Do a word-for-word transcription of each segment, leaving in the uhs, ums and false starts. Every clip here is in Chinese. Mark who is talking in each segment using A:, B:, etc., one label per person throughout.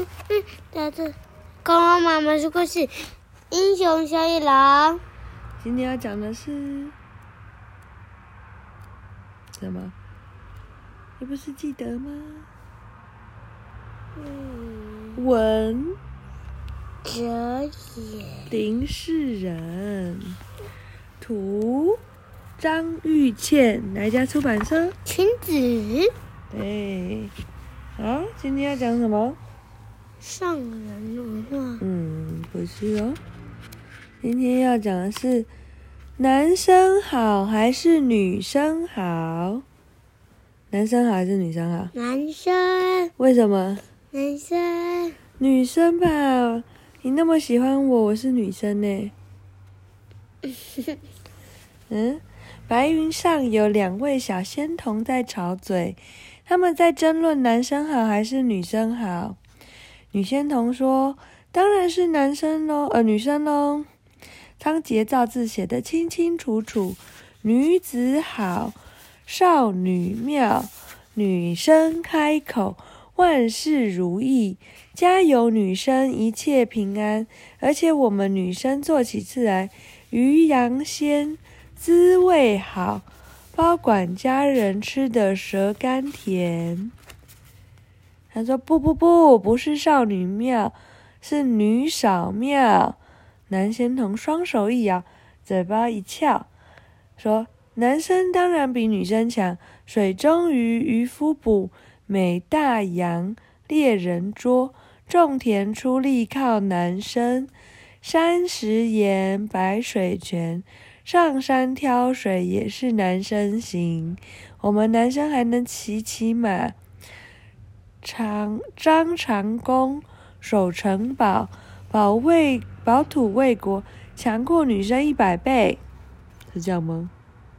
A: 嗯嗯，大家刚刚妈妈说故事，英雄小野狼。
B: 今天要讲的是什么？你不是记得吗？
A: 嗯，
B: 文
A: 哲也。
B: 林世仁，图张玉倩，哪一家出版社？
A: 裙子。
B: 对，好，今天要讲什么？
A: 上人文化。
B: 嗯，不是哦，今天要讲的是男生好还是女生好？男生好还是女生好？
A: 男生。
B: 为什么？
A: 男生。
B: 女生吧，你那么喜欢我，我是女生呢。嗯，白云上有两位小仙童在吵嘴，他们在争论男生好还是女生好。女仙童说：“当然是男生喽，呃，女生喽。”仓颉造字写得清清楚楚，女子好，少女妙，女生开口，万事如意，加油女生，一切平安。而且我们女生做起事来，鱼羊鲜，滋味好，包管家人吃得舌甘甜。他说：“不不不，不是少女妙，是女少妙。”男仙童双手一摇，嘴巴一翘，说：“男生当然比女生强。水中鱼，渔夫捕；美大洋，猎人捉。种田出力靠男生，山石岩，白水泉，上山挑水也是男生行。我们男生还能骑骑马。”长张长弓，守城堡，保卫保土卫国，强过女生一百倍，是这样吗？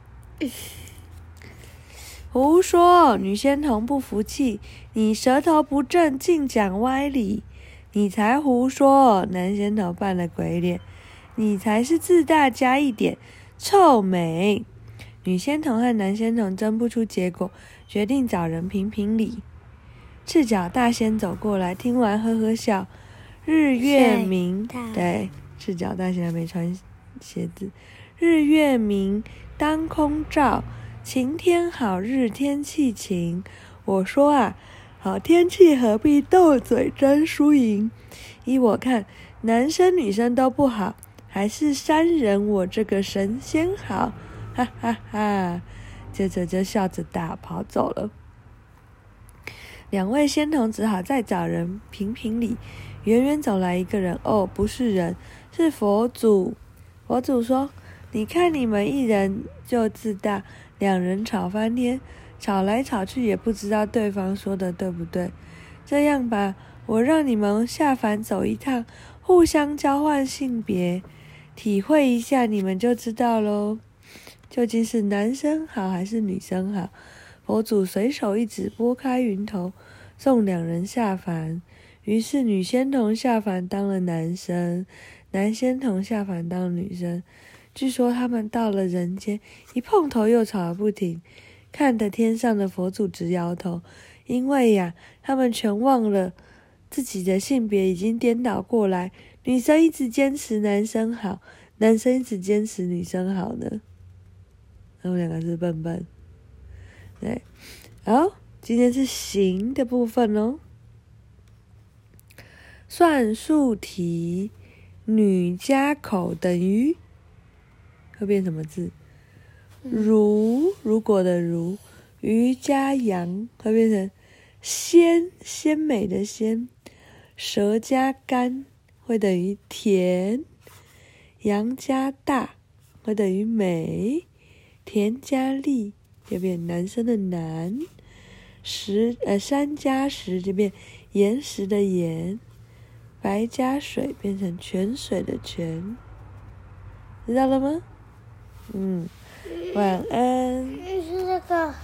B: 胡说！女仙童不服气，你舌头不正，净讲歪理。你才胡说！男仙童扮了鬼脸，你才是自大加一点，臭美。女仙童和男仙童争不出结果，决定找人评评理。赤脚大仙走过来，听完呵呵笑。日月明，对，赤脚大仙还没穿鞋子。日月明，当空照，晴天好日，天气晴。我说啊，好天气何必斗嘴争输赢？依我看，男生女生都不好，还是山人我这个神仙好，哈哈哈！接着就笑着大跑走了。两位仙童只好再找人评评理。远远走来一个人，哦，不是人，是佛祖。佛祖说：“你看你们一人就自大，两人吵翻天，吵来吵去也不知道对方说的对不对。这样吧，我让你们下凡走一趟，互相交换性别，体会一下，你们就知道咯。究竟是男生好还是女生好？”佛祖随手一指，拨开云头，送两人下凡。于是女仙童下凡当了男生，男仙童下凡当了女生。据说他们到了人间，一碰头又吵个不停，看得天上的佛祖直摇头，因为呀，他们全忘了自己的性别已经颠倒过来，女生一直坚持男生好，男生一直坚持女生好呢。他们两个是笨笨。对，好，今天是形的部分哦。算术题，女加口等于会变什么字？如，如果的如，鱼加羊会变成鲜，鲜美的鲜。蛇加甘会等于甜，羊加大会等于美，田加利就变男生的男，石呃山加石就变岩石的岩，白加水变成泉水的泉，知道了吗？嗯，晚安。
A: 是这个。